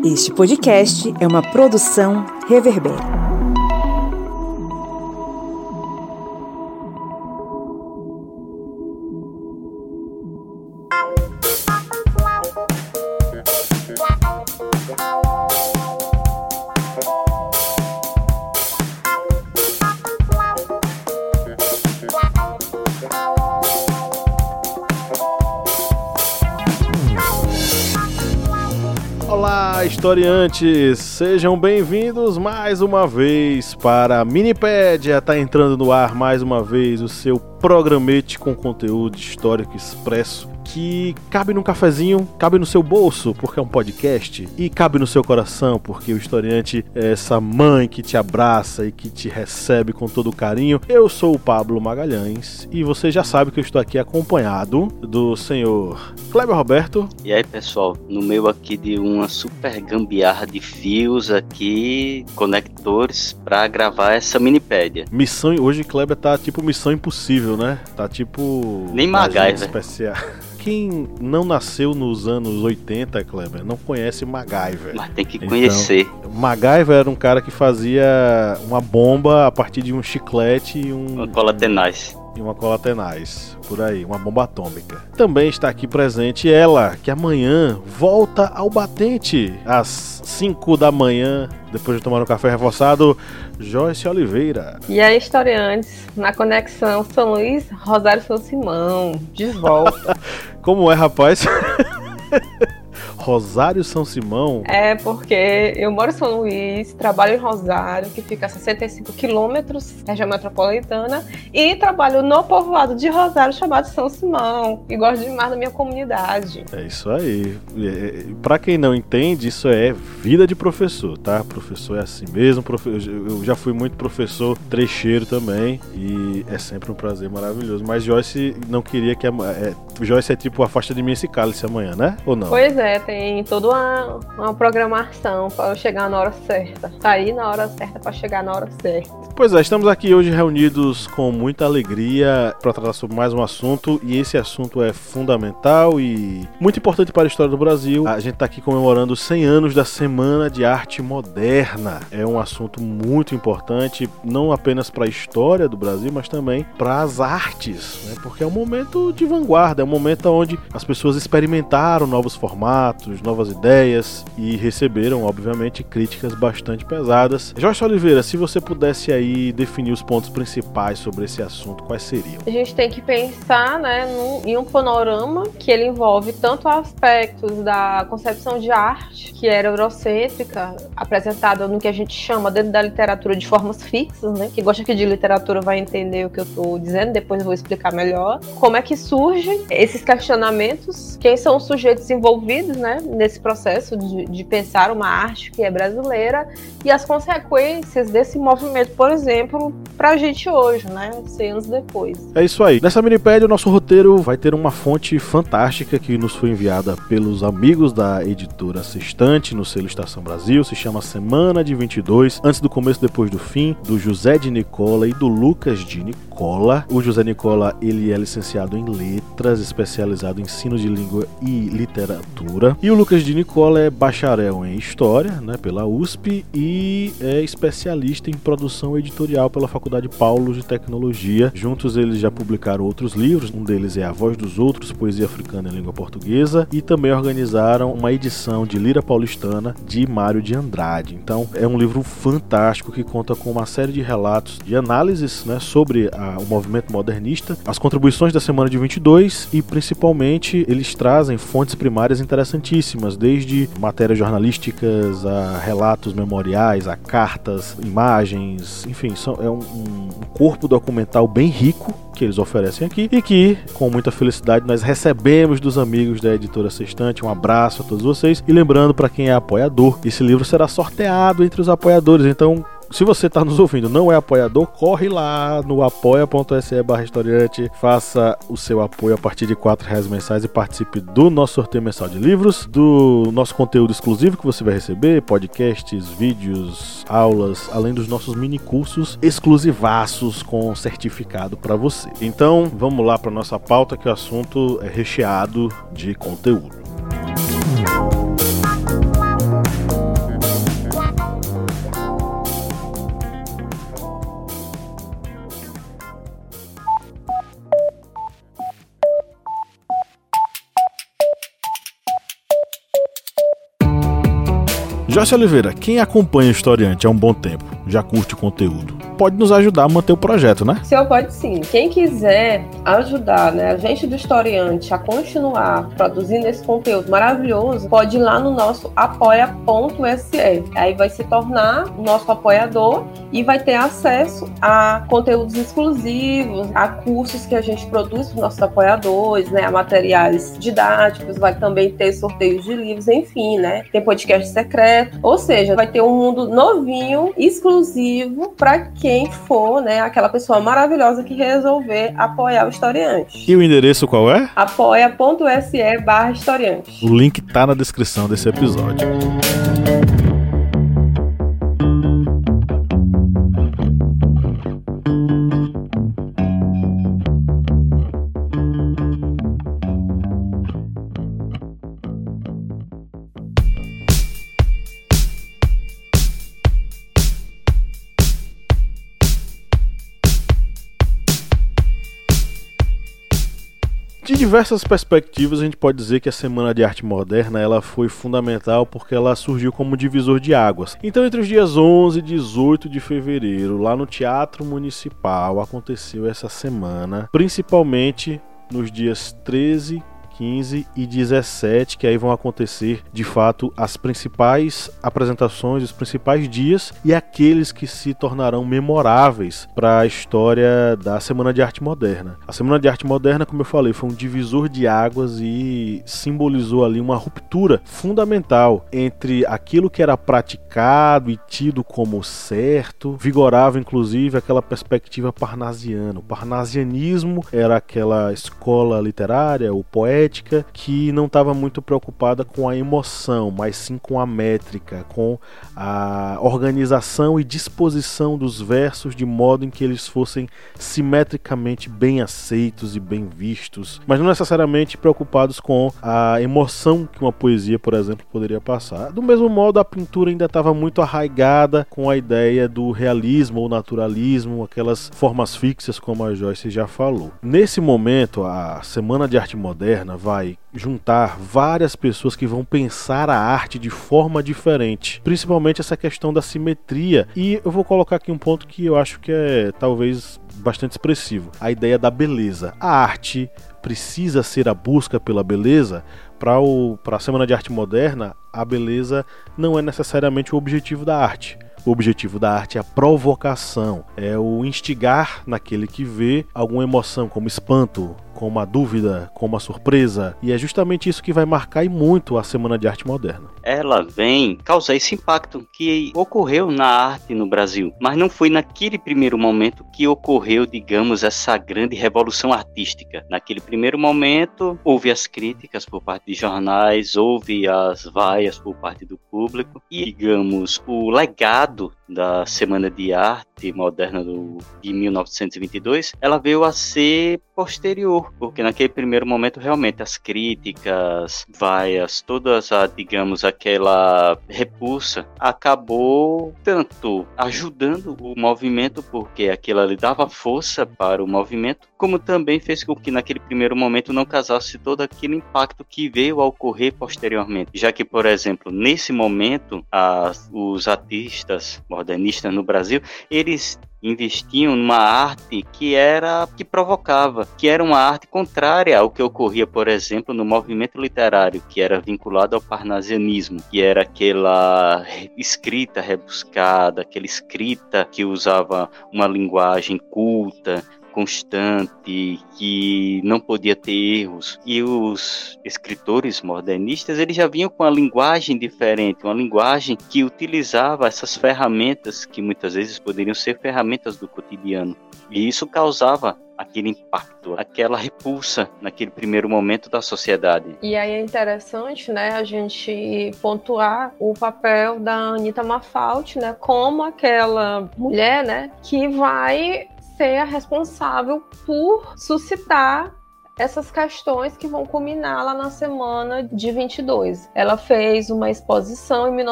Este podcast é uma produção Reverber. Olá, historiantes! Sejam bem-vindos mais uma vez para a Minipédia. Tá entrando no ar mais uma vez o seu programete com conteúdo histórico expresso que cabe num cafezinho, cabe no seu bolso, porque é um podcast, e cabe no seu coração, porque o historiante é essa mãe que te abraça e que te recebe com todo o carinho. Eu sou o Pablo Magalhães e você já sabe que eu estou aqui acompanhado do senhor Kleber Roberto. E aí, pessoal, no meio aqui de uma super gambiarra de fios aqui, conectores, para gravar essa minipédia. Missão, hoje Kleber tá tipo Missão Impossível, né? Tá tipo... Nem MacGyver. Especial. Quem não nasceu nos anos 80, Kleber, não conhece MacGyver. Mas tem que conhecer. Então, MacGyver era um cara que fazia uma bomba a partir de um chiclete e uma cola tenaz. E uma cola tenaz, por aí, uma bomba atômica. Também está aqui presente ela, que amanhã volta ao batente, às 5 da manhã, depois de tomar um café reforçado, Joyce Oliveira. E aí, historiantes, na conexão São Luís, Rosário São Simão, de volta. Como é, rapaz? Rosário São Simão? É, porque eu moro em São Luís, trabalho em Rosário, que fica a 65 quilômetros, região metropolitana, e trabalho no povoado de Rosário, chamado São Simão, e gosto demais da minha comunidade. É isso aí. Pra quem não entende, isso é vida de professor, tá? Professor é assim mesmo, eu já fui muito professor trecheiro também, e é sempre um prazer maravilhoso. Mas Joyce não queria que... Joyce é tipo, afasta de mim esse cálice amanhã, né? Ou não? Pois é, tem toda uma programação para eu chegar na hora certa. Sair na hora certa para chegar na hora certa. Pois é, estamos aqui hoje reunidos com muita alegria para tratar sobre mais um assunto, e esse assunto é fundamental e muito importante para a história do Brasil. A gente está aqui comemorando os 100 anos da Semana de Arte Moderna. É um assunto muito importante, não apenas para a história do Brasil, mas também para as artes, né? Porque é um momento de vanguarda, é um momento onde as pessoas experimentaram novos formatos, novas ideias e receberam, obviamente, críticas bastante pesadas. Joyce Oliveira, se você pudesse aí definir os pontos principais sobre esse assunto, quais seriam? A gente tem que pensar, né, em um panorama que ele envolve tanto aspectos da concepção de arte, que era eurocêntrica, apresentada no que a gente chama dentro da literatura de formas fixas, né? Quem gosta aqui de literatura vai entender o que eu estou dizendo, depois eu vou explicar melhor. Como é que surgem esses questionamentos, quem são os sujeitos envolvidos, né, nesse processo de pensar uma arte que é brasileira, e as consequências desse movimento, por exemplo, pra gente hoje, né, 100 anos depois. É isso aí. Nessa minipédia, o nosso roteiro vai ter uma fonte fantástica que nos foi enviada pelos amigos da editora Sextante, no selo Estação Brasil, se chama Semana de 22, Antes do Começo, Depois do Fim, do José de Nicola e do Lucas de Nicola. O José Nicola, ele é licenciado em Letras, especializado em ensino de língua e literatura. E o Lucas de Nicola é bacharel em História, né, pela USP, e é especialista em produção editorial pela Faculdade Paulo de Tecnologia. Juntos eles já publicaram outros livros, um deles é A Voz dos Outros, Poesia Africana em Língua Portuguesa, e também organizaram uma edição de Lira Paulistana de Mário de Andrade. Então é um livro fantástico que conta com uma série de relatos, de análises, né, sobre o movimento modernista, as contribuições da Semana de 22, e principalmente eles trazem fontes primárias interessantíssimas, desde matérias jornalísticas a relatos memoriais, a cartas, imagens, enfim, é um corpo documental bem rico que eles oferecem aqui e que, com muita felicidade, nós recebemos dos amigos da editora Sextante. Um abraço a todos vocês, e lembrando, para quem é apoiador, esse livro será sorteado entre os apoiadores, então se você está nos ouvindo, não é apoiador, corre lá no apoia.se/historiante, faça o seu apoio a partir de R$4 mensais e participe do nosso sorteio mensal de livros, do nosso conteúdo exclusivo que você vai receber, podcasts, vídeos, aulas, além dos nossos mini cursos exclusivaços com certificado para você. Então, vamos lá para nossa pauta, que o assunto é recheado de conteúdo. Joyce Oliveira, quem acompanha o Historiante há um bom tempo, já curte o conteúdo, pode nos ajudar a manter o projeto, né? Senhor, pode sim. Quem quiser ajudar, né, a gente do Historiante a continuar produzindo esse conteúdo maravilhoso, pode ir lá no nosso apoia.se. Aí vai se tornar o nosso apoiador e vai ter acesso a conteúdos exclusivos, a cursos que a gente produz para os nossos apoiadores, né, a materiais didáticos, vai também ter sorteios de livros, enfim, né? Tem podcast secreto, ou seja, vai ter um mundo novinho, exclusivo para quem for, né, aquela pessoa maravilhosa que resolver apoiar o Historiante. E o endereço qual é? apoia.se/historiante. O link tá na descrição desse episódio. De diversas perspectivas, a gente pode dizer que a Semana de Arte Moderna ela foi fundamental porque ela surgiu como divisor de águas. Então, entre os dias 11 e 18 de fevereiro, lá no Teatro Municipal, aconteceu essa semana, principalmente nos dias 13, 15 e 17, que aí vão acontecer, de fato, as principais apresentações, os principais dias e aqueles que se tornarão memoráveis para a história da Semana de Arte Moderna. A Semana de Arte Moderna, como eu falei, foi um divisor de águas e simbolizou ali uma ruptura fundamental entre aquilo que era praticado e tido como certo, vigorava inclusive aquela perspectiva parnasiana. O parnasianismo era aquela escola literária, o poética, que não estava muito preocupada com a emoção, mas sim com a métrica, com a organização e disposição dos versos de modo em que eles fossem simetricamente bem aceitos e bem vistos, mas não necessariamente preocupados com a emoção que uma poesia, por exemplo, poderia passar. Do mesmo modo, a pintura ainda estava muito arraigada com a ideia do realismo ou naturalismo, aquelas formas fixas, como a Joyce já falou. Nesse momento, a Semana de Arte Moderna vai juntar várias pessoas que vão pensar a arte de forma diferente, principalmente essa questão da simetria. E eu vou colocar aqui um ponto que eu acho que é talvez bastante expressivo: a ideia da beleza. A arte precisa ser a busca pela beleza. Para a Semana de Arte Moderna, a beleza não é necessariamente o objetivo da arte. O objetivo da arte é a provocação, é o instigar naquele que vê alguma emoção, como espanto, como a dúvida, como a surpresa. E é justamente isso que vai marcar e muito a Semana de Arte Moderna. Ela vem causar esse impacto que ocorreu na arte no Brasil, mas não foi naquele primeiro momento que ocorreu, digamos, essa grande revolução artística. Naquele primeiro momento, houve as críticas por parte de jornais, houve as vaias por parte do público e, digamos, o legado da Semana de Arte Moderna de 1922, ela veio a ser posterior, porque naquele primeiro momento realmente as críticas, vaias, todas digamos, aquela repulsa acabou tanto ajudando o movimento, porque aquilo ali dava força para o movimento, como também fez com que naquele primeiro momento não causasse todo aquele impacto que veio a ocorrer posteriormente, já que, por exemplo, nesse momento os artistas modernistas no Brasil, eles investiam numa arte que provocava, que era uma arte contrária ao que ocorria, por exemplo, no movimento literário, que era vinculado ao parnasianismo, que era aquela escrita rebuscada, aquela escrita que usava uma linguagem culta, constante, que não podia ter erros. E os escritores modernistas, eles já vinham com uma linguagem diferente, uma linguagem que utilizava essas ferramentas que muitas vezes poderiam ser ferramentas do cotidiano. E isso causava aquele impacto, aquela repulsa naquele primeiro momento da sociedade. E aí é interessante, né, a gente pontuar o papel da Anita Malfatti, né, como aquela mulher, né, que vai ser a responsável por suscitar essas questões que vão culminar lá na semana de 22. Ela fez uma exposição em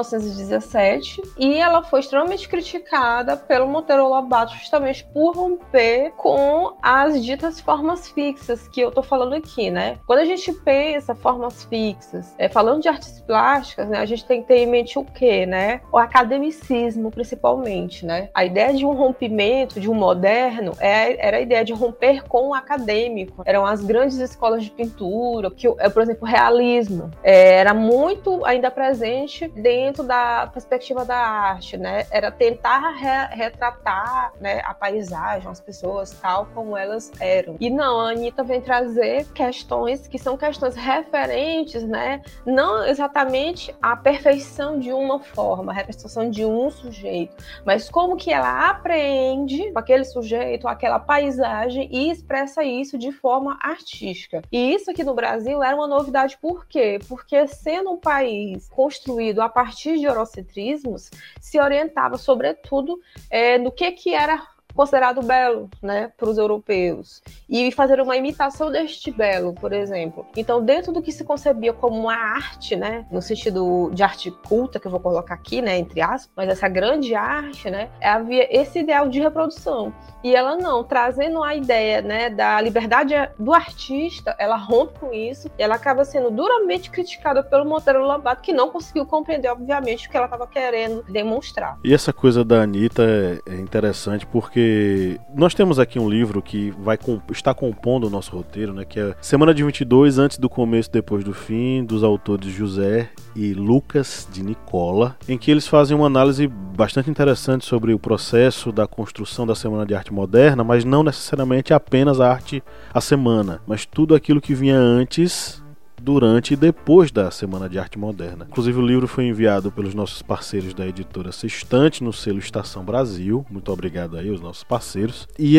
1917 e ela foi extremamente criticada pelo Monteiro Lobato justamente por romper com as ditas formas fixas que eu tô falando aqui, né? Quando a gente pensa formas fixas, falando de artes plásticas, né, a gente tem que ter em mente o quê, né? O academicismo, principalmente, né? A ideia de um rompimento, de um moderno, era a ideia de romper com o acadêmico. Eram as grandes escolas de pintura, que, por exemplo, o realismo era muito ainda presente dentro da perspectiva da arte, né? Era tentar retratar, né, a paisagem, as pessoas tal como elas eram. E não, a Anitta vem trazer questões que são questões referentes, né? Não exatamente a perfeição de uma forma, a representação de um sujeito, mas como que ela apreende com aquele sujeito, aquela paisagem e expressa isso de forma artística. E isso aqui no Brasil era uma novidade, por quê? Porque sendo um país construído a partir de eurocentrismos, se orientava sobretudo no que era considerado belo, né, para os europeus, e fazer uma imitação deste belo, por exemplo. Então, dentro do que se concebia como uma arte, né, no sentido de arte culta, que eu vou colocar aqui, né, entre aspas, mas essa grande arte, né, havia esse ideal de reprodução. E ela não, trazendo a ideia, né, da liberdade do artista, ela rompe com isso, e ela acaba sendo duramente criticada pelo Monteiro Lobato, que não conseguiu compreender, obviamente, o que ela estava querendo demonstrar. E essa coisa da Anitta é interessante porque nós temos aqui um livro que está compondo o nosso roteiro, né, que é Semana de 22, Antes do Começo, Depois do Fim, dos autores José e Lucas de Nicola, em que eles fazem uma análise bastante interessante sobre o processo da construção da Semana de Arte Moderna, mas não necessariamente apenas a semana, mas tudo aquilo que vinha antes, durante e depois da Semana de Arte Moderna. Inclusive o livro foi enviado pelos nossos parceiros da editora Sextante no selo Estação Brasil. Muito obrigado aí aos nossos parceiros. E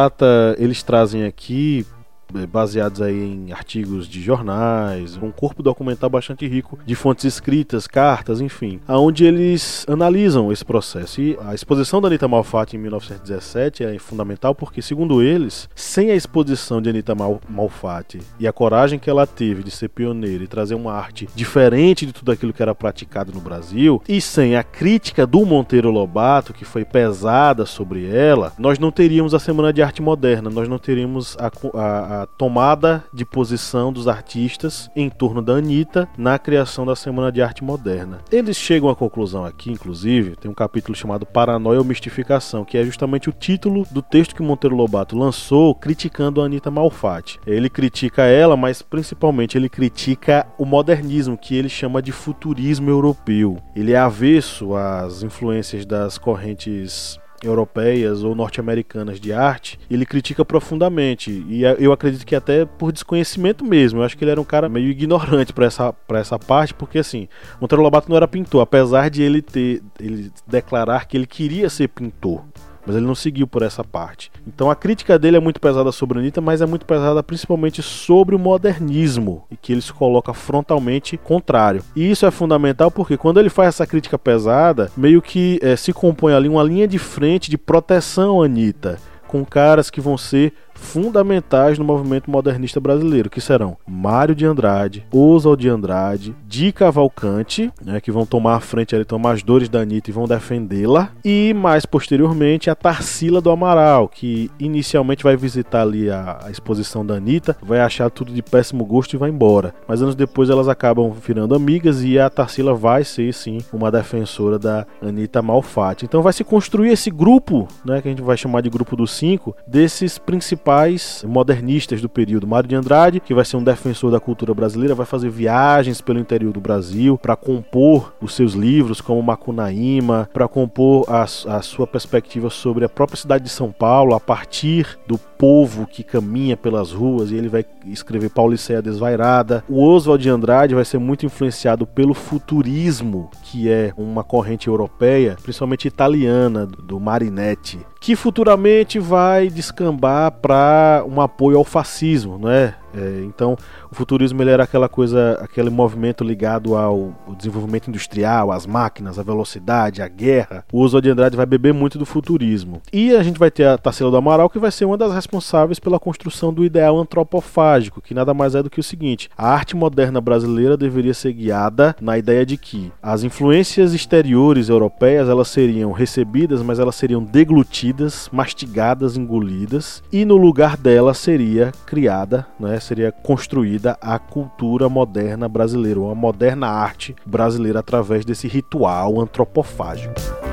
eles trazem aqui, baseados aí em artigos de jornais, um corpo documental bastante rico de fontes escritas, cartas, enfim, aonde eles analisam esse processo. E a exposição da Anitta Malfatti em 1917 é fundamental porque, segundo eles, sem a exposição de Anitta Malfatti e a coragem que ela teve de ser pioneira e trazer uma arte diferente de tudo aquilo que era praticado no Brasil, e sem a crítica do Monteiro Lobato, que foi pesada sobre ela, nós não teríamos a Semana de Arte Moderna, nós não teríamos a tomada de posição dos artistas em torno da Anitta na criação da Semana de Arte Moderna. Eles chegam à conclusão aqui, inclusive, tem um capítulo chamado Paranoia ou Mistificação, que é justamente o título do texto que Monteiro Lobato lançou criticando a Anitta Malfatti. Ele critica ela, mas principalmente ele critica o modernismo, que ele chama de futurismo europeu. Ele é avesso às influências das correntes europeias ou norte-americanas de arte. Ele critica profundamente, e eu acredito que até por desconhecimento mesmo. Eu acho que ele era um cara meio ignorante para essa parte, porque assim, Monteiro Lobato não era pintor, apesar de ele declarar que ele queria ser pintor, mas ele não seguiu por essa parte. Então a crítica dele é muito pesada sobre a Anitta, mas é muito pesada principalmente sobre o modernismo, e que ele se coloca frontalmente contrário. E isso é fundamental porque quando ele faz essa crítica pesada, meio que se compõe ali uma linha de frente de proteção à Anitta, com caras que vão ser fundamentais no movimento modernista brasileiro, que serão Mário de Andrade, Oswald de Andrade, Di Cavalcanti, né, que vão tomar a frente ali, tomar as dores da Anitta e vão defendê-la, e mais posteriormente a Tarsila do Amaral, que inicialmente vai visitar ali a exposição da Anitta, vai achar tudo de péssimo gosto e vai embora, mas anos depois elas acabam virando amigas e a Tarsila vai ser sim uma defensora da Anitta Malfatti. Então vai se construir esse grupo, né, que a gente vai chamar de grupo dos 5, desses principais modernistas do período. Mário de Andrade, que vai ser um defensor da cultura brasileira, vai fazer viagens pelo interior do Brasil para compor os seus livros, como Macunaíma, para compor a sua perspectiva sobre a própria cidade de São Paulo, a partir do povo que caminha pelas ruas, e ele vai escrever Pauliceia Desvairada. O Oswald de Andrade vai ser muito influenciado pelo futurismo, que é uma corrente europeia, principalmente italiana, do Marinetti, que futuramente vai descambar para um apoio ao fascismo, né? Então, o futurismo ele era aquela coisa, aquele movimento ligado ao desenvolvimento industrial, às máquinas, à velocidade, à guerra. O Oswald de Andrade vai beber muito do futurismo. E a gente vai ter a Tarsila do Amaral, que vai ser uma das responsáveis pela construção do ideal antropofágico, que nada mais é do que o seguinte: a arte moderna brasileira deveria ser guiada na ideia de que as influências exteriores europeias, elas seriam recebidas, mas elas seriam deglutidas, mastigadas, engolidas, e no lugar dela seria criada, né, seria construída a cultura moderna brasileira, uma moderna arte brasileira através desse ritual antropofágico.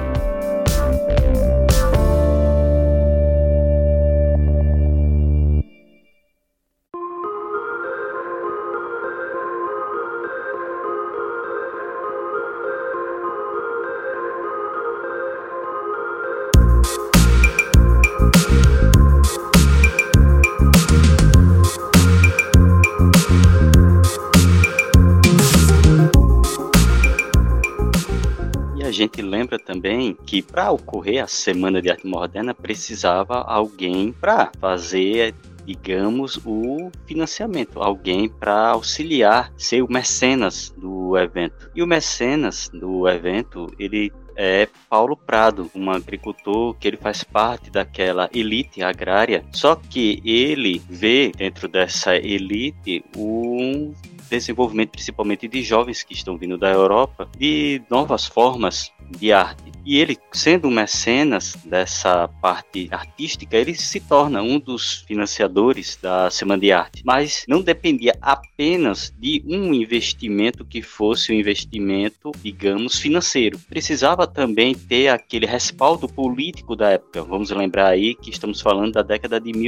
A gente lembra também que para ocorrer a Semana de Arte Moderna precisava alguém para fazer, digamos, o financiamento, alguém para auxiliar, ser o mecenas do evento. E o mecenas do evento, ele é Paulo Prado, um agricultor que ele faz parte daquela elite agrária, só que ele vê dentro dessa elite um desenvolvimento principalmente de jovens que estão vindo da Europa, de novas formas de arte. E ele, sendo um mecenas dessa parte artística, ele se torna um dos financiadores da Semana de Arte. Mas não dependia apenas de um investimento que fosse um investimento, digamos, financeiro. Precisava também ter aquele respaldo político da época. Vamos lembrar aí que estamos falando da década de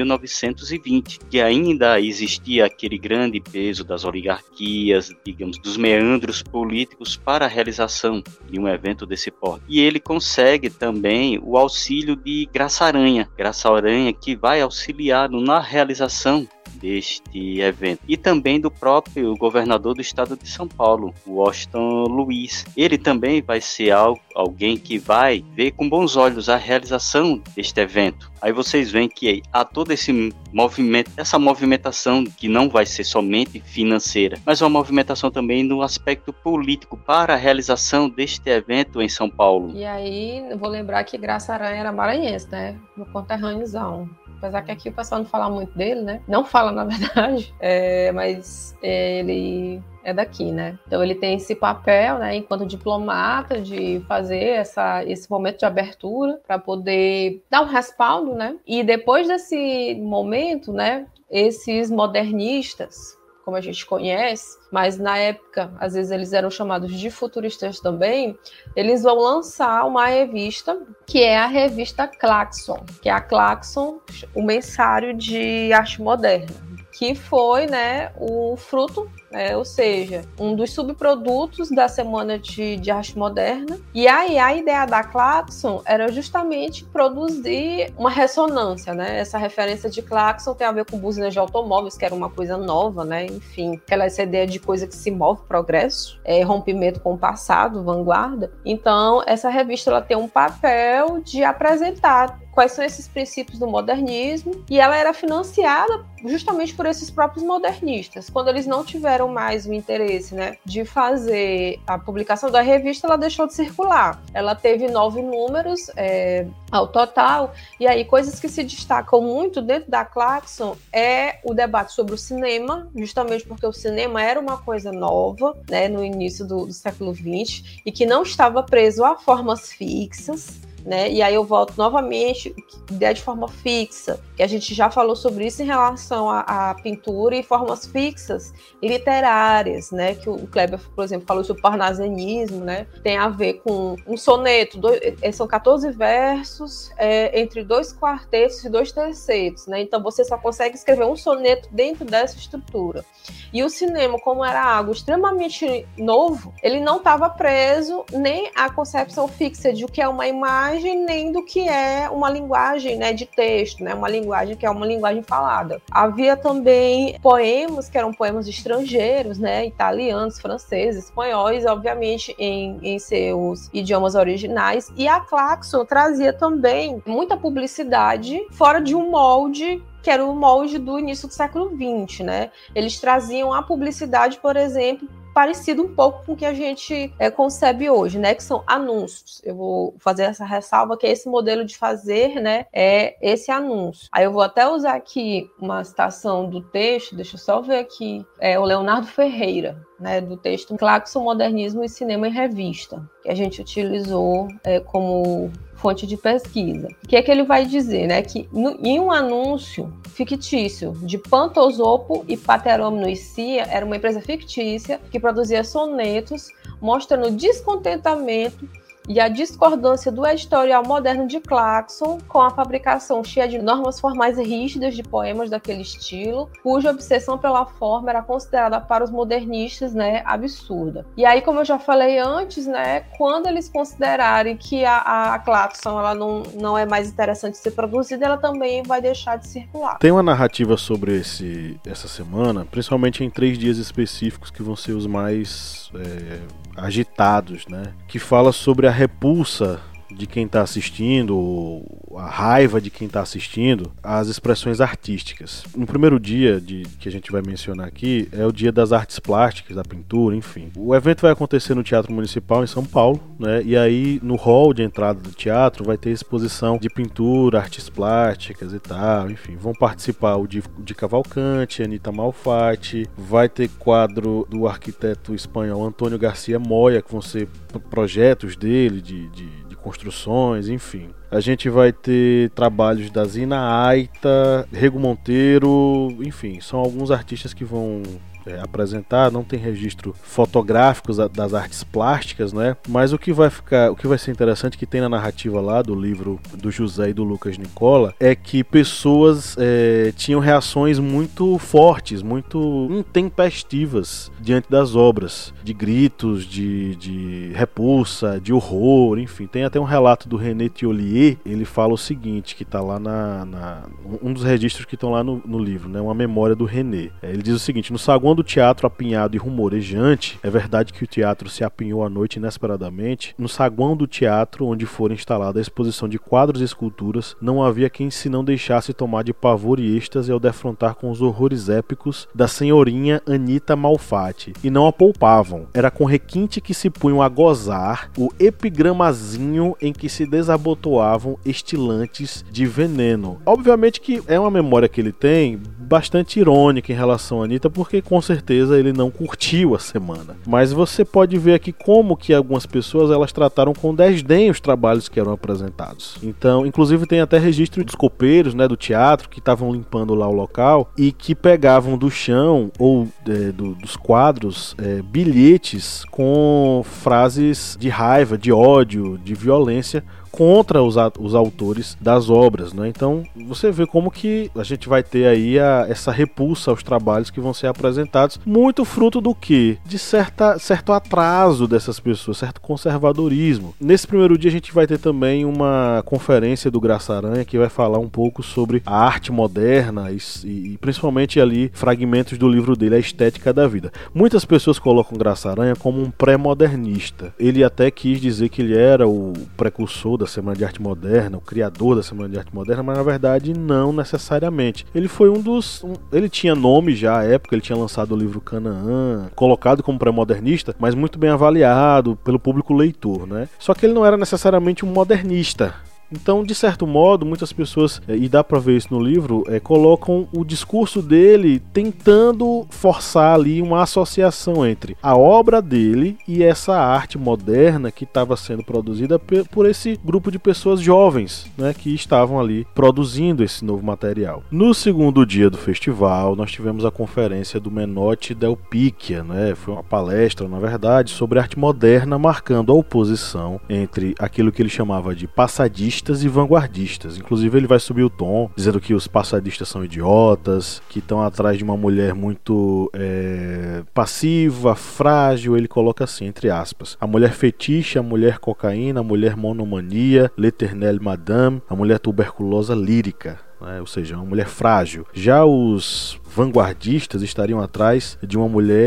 1920, que ainda existia aquele grande peso das oligarquias, digamos, dos meandros políticos para a realização de um evento desse porte. E ele consegue também o auxílio de Graça Aranha, que vai auxiliá-lo na realização deste evento. E também do próprio governador do estado de São Paulo, Washington Luiz. Ele também vai ser alguém que vai ver com bons olhos a realização deste evento. Aí vocês veem que há todo esse movimento, essa movimentação que não vai ser somente financeira, mas uma movimentação também no aspecto político para a realização deste evento em São Paulo. E aí, eu vou lembrar que Graça Aranha era maranhense, né? No conterrâneozão. Apesar que aqui o pessoal não fala muito dele, né? Não fala, na verdade. Mas ele é daqui, né? Então ele tem esse papel, né, enquanto diplomata, de fazer esse momento de abertura para poder dar um respaldo, né? E depois desse momento, né, esses modernistas, como a gente conhece, mas na época, às vezes eles eram chamados de futuristas também, eles vão lançar uma revista, que é a revista Claxon, que é a Claxon, o mensário de arte moderna, que foi, né, o fruto, ou seja, um dos subprodutos da Semana de Arte Moderna. E aí a ideia da Claxon era justamente produzir uma ressonância, né? Essa referência de Claxon tem a ver com buzinas de automóveis, que era uma coisa nova, né? Enfim, essa ideia de coisa que se move, progresso, rompimento com o passado, vanguarda. Então, essa revista ela tem um papel de apresentar quais são esses princípios do modernismo, e ela era financiada justamente por esses próprios modernistas. Quando eles não tiveram mais o interesse, né, de fazer a publicação da revista, ela deixou de circular. Ela teve 9 números ao total, e aí coisas que se destacam muito dentro da Claxon é o debate sobre o cinema, justamente porque o cinema era uma coisa nova, né, no início do século XX, e que não estava preso a formas fixas, né? E aí eu volto novamente, ideia de forma fixa, que a gente já falou sobre isso em relação à pintura e formas fixas e literárias, né? Que o Kleber, por exemplo, falou sobre o parnasianismo, né? Tem a ver com um soneto, são 14 versos entre 2 quartetos e 2 tercetos, né? Então você só consegue escrever um soneto dentro dessa estrutura. E o cinema, como era algo extremamente novo, ele não estava preso nem à concepção fixa de o que é uma imagem, nem do que é uma linguagem, né, de texto, né, uma linguagem que é uma linguagem falada. Havia também poemas que eram poemas estrangeiros, né, italianos, franceses, espanhóis, obviamente em seus idiomas originais, e a Claxon trazia também muita publicidade fora de um molde que era o molde do início do século XX, né? Eles traziam a publicidade, por exemplo, parecido um pouco com o que a gente concebe hoje, né? Que são anúncios. Eu vou fazer essa ressalva, que é esse modelo de fazer, né? É esse anúncio. Aí eu vou até usar aqui uma citação do texto, deixa eu só ver aqui, o Leonardo Ferreira, né? Do texto Claxon, Modernismo e Cinema em Revista, que a gente utilizou como fonte de pesquisa. O que é que ele vai dizer, né? Que em um anúncio fictício de Pantosopo e Paterômino e Cia, era uma empresa fictícia que produzia sonetos mostrando descontentamento e a discordância do editorial moderno de Claxon com a fabricação cheia de normas formais rígidas de poemas daquele estilo, cuja obsessão pela forma era considerada para os modernistas, né, absurda. E aí, como eu já falei antes, né, quando eles considerarem que a Claxon ela não é mais interessante ser produzida, ela também vai deixar de circular. Tem uma narrativa sobre essa semana, principalmente em 3 dias específicos que vão ser os mais agitados, né? Que fala sobre a repulsa de quem está assistindo, a raiva de quem está assistindo, as expressões artísticas. No primeiro dia que a gente vai mencionar aqui é o dia das artes plásticas, da pintura, enfim. O evento vai acontecer no Teatro Municipal em São Paulo, né? E aí no hall de entrada do teatro vai ter exposição de pintura, artes plásticas e tal, enfim. Vão participar o de Cavalcante, Anita Malfatti, vai ter quadro do arquiteto espanhol Antônio Garcia Moya, que vão ser projetos dele de construções, enfim. A gente vai ter trabalhos da Zina Aita, Rego Monteiro, enfim, são alguns artistas que vão apresentar. Não tem registro fotográfico das artes plásticas, né? Mas o que vai ser interessante, que tem na narrativa lá do livro do José e do Lucas Nicola, é que pessoas tinham reações muito fortes, muito intempestivas diante das obras, de gritos, de repulsa, de horror, enfim. Tem até um relato do René Thiollier, ele fala o seguinte, que está lá um dos registros que estão lá no livro, né? Uma memória do René. Ele diz o seguinte: no saguão do teatro apinhado e rumorejante, é verdade que o teatro se apinhou à noite inesperadamente, no saguão do teatro, onde fora instalada a exposição de quadros e esculturas, não havia quem se não deixasse tomar de pavor e êxtase ao defrontar com os horrores épicos da senhorinha Anita Malfatti, e não a poupavam. Era com requinte que se punham a gozar o epigramazinho em que se desabotoavam estilantes de veneno. Obviamente que é uma memória que ele tem bastante irônica em relação a Anitta, porque com certeza ele não curtiu a semana. Mas você pode ver aqui como que algumas pessoas elas trataram com desdém os trabalhos que eram apresentados. Então, inclusive tem até registro dos copeiros, né, do teatro, que estavam limpando lá o local e que pegavam do chão ou dos quadros bilhetes com frases de raiva, de ódio, de violência contra os autores das obras, né? Então você vê como que a gente vai ter aí essa repulsa aos trabalhos que vão ser apresentados, muito fruto do quê? De certo atraso dessas pessoas, certo conservadorismo. Nesse primeiro dia a gente vai ter também uma conferência do Graça Aranha que vai falar um pouco sobre a arte moderna e principalmente ali fragmentos do livro dele, A Estética da Vida. Muitas pessoas colocam Graça Aranha como um pré-modernista. Ele até quis dizer que ele era o precursor da Semana de Arte Moderna, o criador da Semana de Arte Moderna, mas na verdade não necessariamente. Ele foi ele tinha nome já à época, ele tinha lançado o livro Canaã, colocado como pré-modernista, mas muito bem avaliado pelo público leitor, né? Só que ele não era necessariamente um modernista. Então, de certo modo, muitas pessoas, e dá para ver isso no livro, colocam o discurso dele tentando forçar ali uma associação entre a obra dele e essa arte moderna que estava sendo produzida por esse grupo de pessoas jovens, né, que estavam ali produzindo esse novo material. No segundo dia do festival, nós tivemos a conferência do Menotti Del Picchia, né? Foi uma palestra, na verdade, sobre arte moderna, marcando a oposição entre aquilo que ele chamava de passadista e vanguardistas. Inclusive ele vai subir o tom, dizendo que os passadistas são idiotas, que estão atrás de uma mulher muito passiva, frágil. Ele coloca assim, entre aspas: a mulher fetiche, a mulher cocaína, a mulher monomania, l'éternelle madame, a mulher tuberculosa lírica. Ou seja, uma mulher frágil. Já os vanguardistas estariam atrás de uma mulher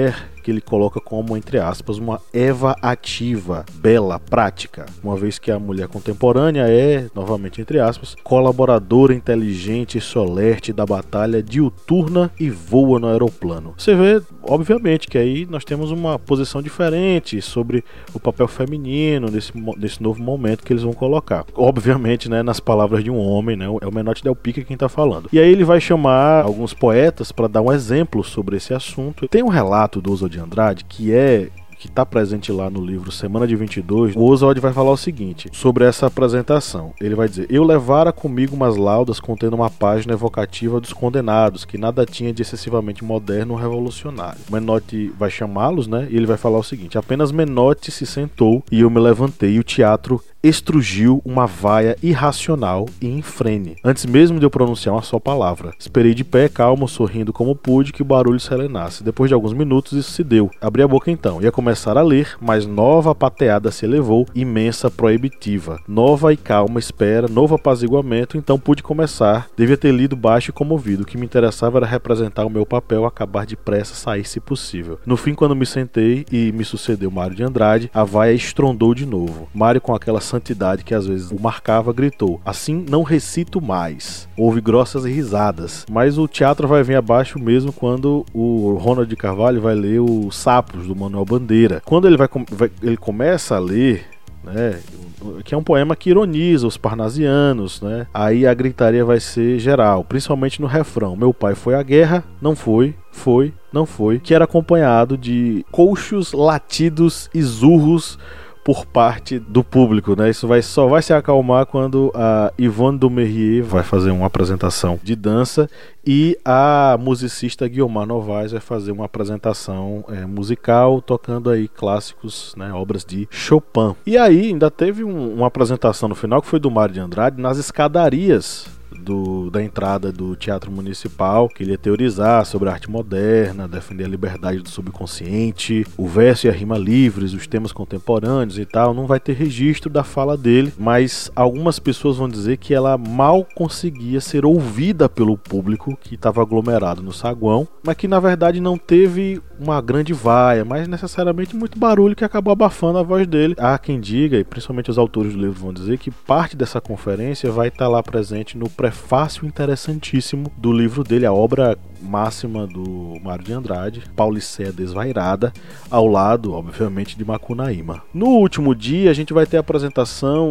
que ele coloca como, entre aspas, uma Eva ativa, bela, prática, uma vez que a mulher contemporânea é, novamente entre aspas, colaboradora inteligente e solerte da batalha diuturna e voa no aeroplano. Você vê, obviamente, que aí nós temos uma posição diferente sobre o papel feminino nesse novo momento que eles vão colocar. Obviamente, né, nas palavras de um homem, né, é o Menotti Del Pica quem está falando. E aí ele vai chamar alguns poetas para dar um exemplo sobre esse assunto. Tem um relato do Oswald de Andrade que está presente lá no livro Semana de 22, o Oswald vai falar o seguinte sobre essa apresentação. Ele vai dizer: eu levara comigo umas laudas contendo uma página evocativa dos condenados, que nada tinha de excessivamente moderno ou revolucionário. Menotti vai chamá-los, né? E ele vai falar o seguinte: apenas Menotti se sentou e eu me levantei e o teatro estrugiu uma vaia irracional e infrene, antes mesmo de eu pronunciar uma só palavra. Esperei de pé, calmo, sorrindo como pude, que o barulho selenasse. Depois de alguns minutos isso se deu. Abri a boca então, ia começar a ler, mas nova pateada se elevou, imensa, proibitiva. Nova e calma espera, novo apaziguamento, então pude começar. Devia ter lido baixo e comovido. O que me interessava era representar o meu papel, acabar depressa, sair se possível. No fim, quando me sentei e me sucedeu Mário de Andrade, a vaia estrondou de novo. Mário, com aquela santidade que às vezes o marcava, gritou: assim não recito mais. Houve grossas risadas, mas o teatro vai vir abaixo mesmo quando o Ronald de Carvalho vai ler os Sapos, do Manuel Bandeira. Quando ele começa a ler, né, que é um poema que ironiza os parnasianos, né? Aí a gritaria vai ser geral, principalmente no refrão: meu pai foi à guerra, não foi, não foi, que era acompanhado de coxos, latidos e zurros por parte do público, né? Isso só vai se acalmar quando a Yvonne Dumerrier vai fazer uma apresentação de dança e a musicista Guiomar Novaes vai fazer uma apresentação musical, tocando aí clássicos, né, obras de Chopin. E aí ainda teve uma apresentação no final que foi do Mário de Andrade nas escadarias da entrada do Teatro Municipal, que ele ia teorizar sobre a arte moderna, defender a liberdade do subconsciente, o verso e a rima livres, os temas contemporâneos e tal. Não vai ter registro da fala dele, mas algumas pessoas vão dizer que ela mal conseguia ser ouvida pelo público que estava aglomerado no saguão, mas que na verdade não teve uma grande vaia, mas necessariamente muito barulho que acabou abafando a voz dele. Há quem diga, e principalmente os autores do livro vão dizer, que parte dessa conferência vai estar lá presente no prefácio interessantíssimo do livro dele, a obra máxima do Mário de Andrade, Paulicéia Desvairada, ao lado, obviamente, de Macunaíma. No último dia, a gente vai ter a apresentação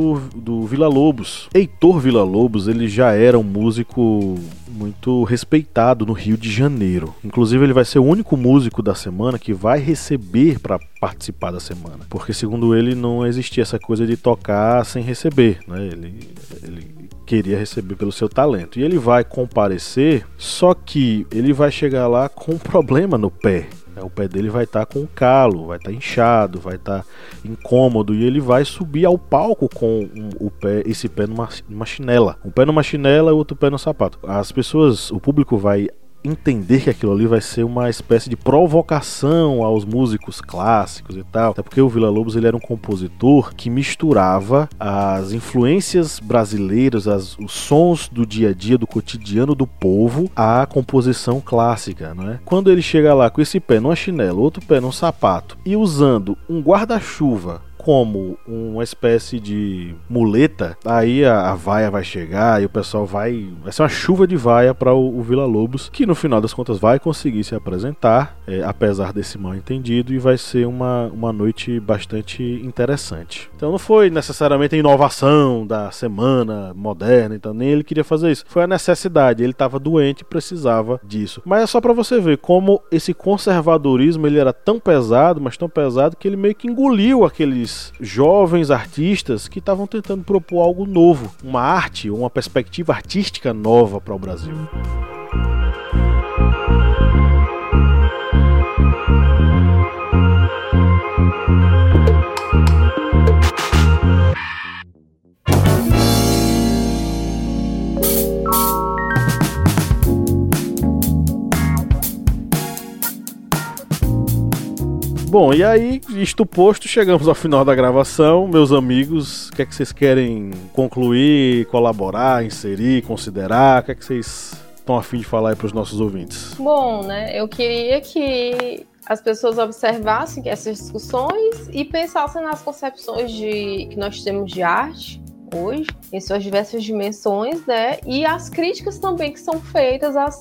do Villa-Lobos. Heitor Villa-Lobos, ele já era um músico muito respeitado no Rio de Janeiro. Inclusive, ele vai ser o único músico da semana que vai receber para participar da semana, porque segundo ele não existia essa coisa de tocar sem receber, né? Ele queria receber pelo seu talento. E ele vai comparecer, só que ele vai chegar lá com um problema no pé. O pé dele vai estar com calo, vai estar inchado, vai estar incômodo, e ele vai subir ao palco com esse pé numa chinela. Um pé numa chinela e outro pé no sapato. O público vai entender que aquilo ali vai ser uma espécie de provocação aos músicos clássicos e tal, até porque o Villa-Lobos ele era um compositor que misturava as influências brasileiras, os sons do dia a dia, do cotidiano do povo, à composição clássica, não é? Quando ele chega lá com esse pé numa chinela, outro pé num sapato e usando um guarda-chuva como uma espécie de muleta, aí a vaia vai chegar e o pessoal vai ser uma chuva de vaia para o Villa-Lobos, que no final das contas vai conseguir se apresentar, apesar desse mal entendido, e vai ser uma noite bastante interessante. Então não foi necessariamente a inovação da semana moderna, então nem ele queria fazer isso, foi a necessidade, ele estava doente e precisava disso. Mas é só para você ver como esse conservadorismo ele era tão pesado, mas tão pesado que ele meio que engoliu aqueles jovens artistas que estavam tentando propor algo novo, uma arte, uma perspectiva artística nova para o Brasil. Bom, e aí, isto posto, chegamos ao final da gravação. Meus amigos, o que é que vocês querem concluir, colaborar, inserir, considerar? O que é que vocês estão a fim de falar aí para os nossos ouvintes? Bom, né, eu queria que as pessoas observassem essas discussões e pensassem nas concepções que nós temos de arte hoje, em suas diversas dimensões, né? E as críticas também que são feitas a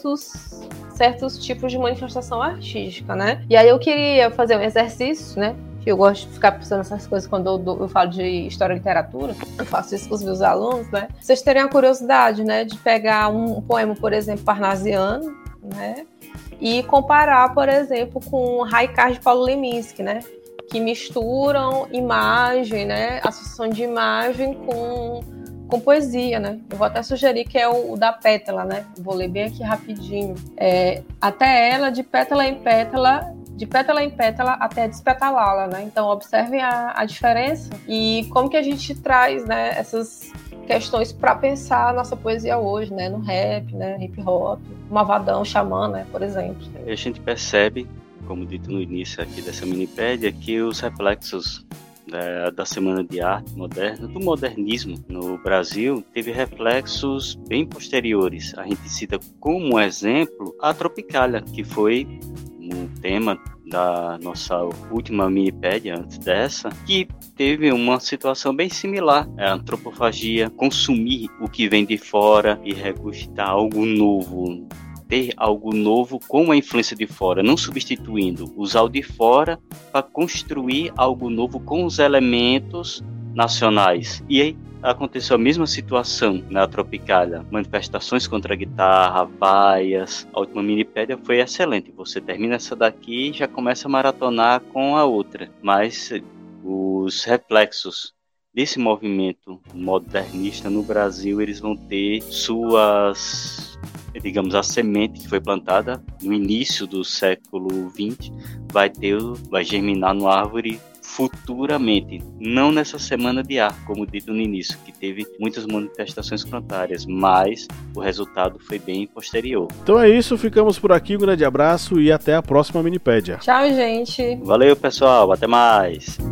certos tipos de manifestação artística, né? E aí eu queria fazer um exercício, né? Eu gosto de ficar pensando nessas coisas quando eu falo de história e literatura. Eu faço isso com os meus alunos, né? Vocês terem a curiosidade, né? De pegar um poema, por exemplo, parnasiano, né? E comparar, por exemplo, com Haikais de Paulo Leminski, né? Que misturam imagem, né? Associação de imagem com poesia, né? Eu vou até sugerir que é o da pétala, né? Vou ler bem aqui rapidinho. Até ela, de pétala em pétala até despetalá-la, né? Então, observem a diferença e como que a gente traz, né, essas questões para pensar a nossa poesia hoje, né? No rap, né? Hip hop, Mavadão, Xamã, né? Por exemplo. A gente percebe, como dito no início aqui dessa minipédia, que os reflexos da Semana de Arte Moderna, do modernismo no Brasil, teve reflexos bem posteriores. A gente cita como exemplo a Tropicália, que foi um tema da nossa última minipédia antes dessa, que teve uma situação bem similar. A antropofagia, consumir o que vem de fora e regurgitar algo novo, ter algo novo com a influência de fora, não substituindo, usar o de fora para construir algo novo com os elementos nacionais. E aí aconteceu a mesma situação na Tropicália, manifestações contra a guitarra, vaias. A última minipédia foi excelente, você termina essa daqui e já começa a maratonar com a outra, mas os reflexos desse movimento modernista no Brasil, eles vão ter suas, digamos, a semente que foi plantada no início do século XX vai germinar numa árvore futuramente, não nessa Semana de Arte, como dito no início, que teve muitas manifestações contrárias, mas o resultado foi bem posterior. Então é isso, ficamos por aqui, um grande abraço e até a próxima minipédia. Tchau, gente! Valeu, pessoal, até mais!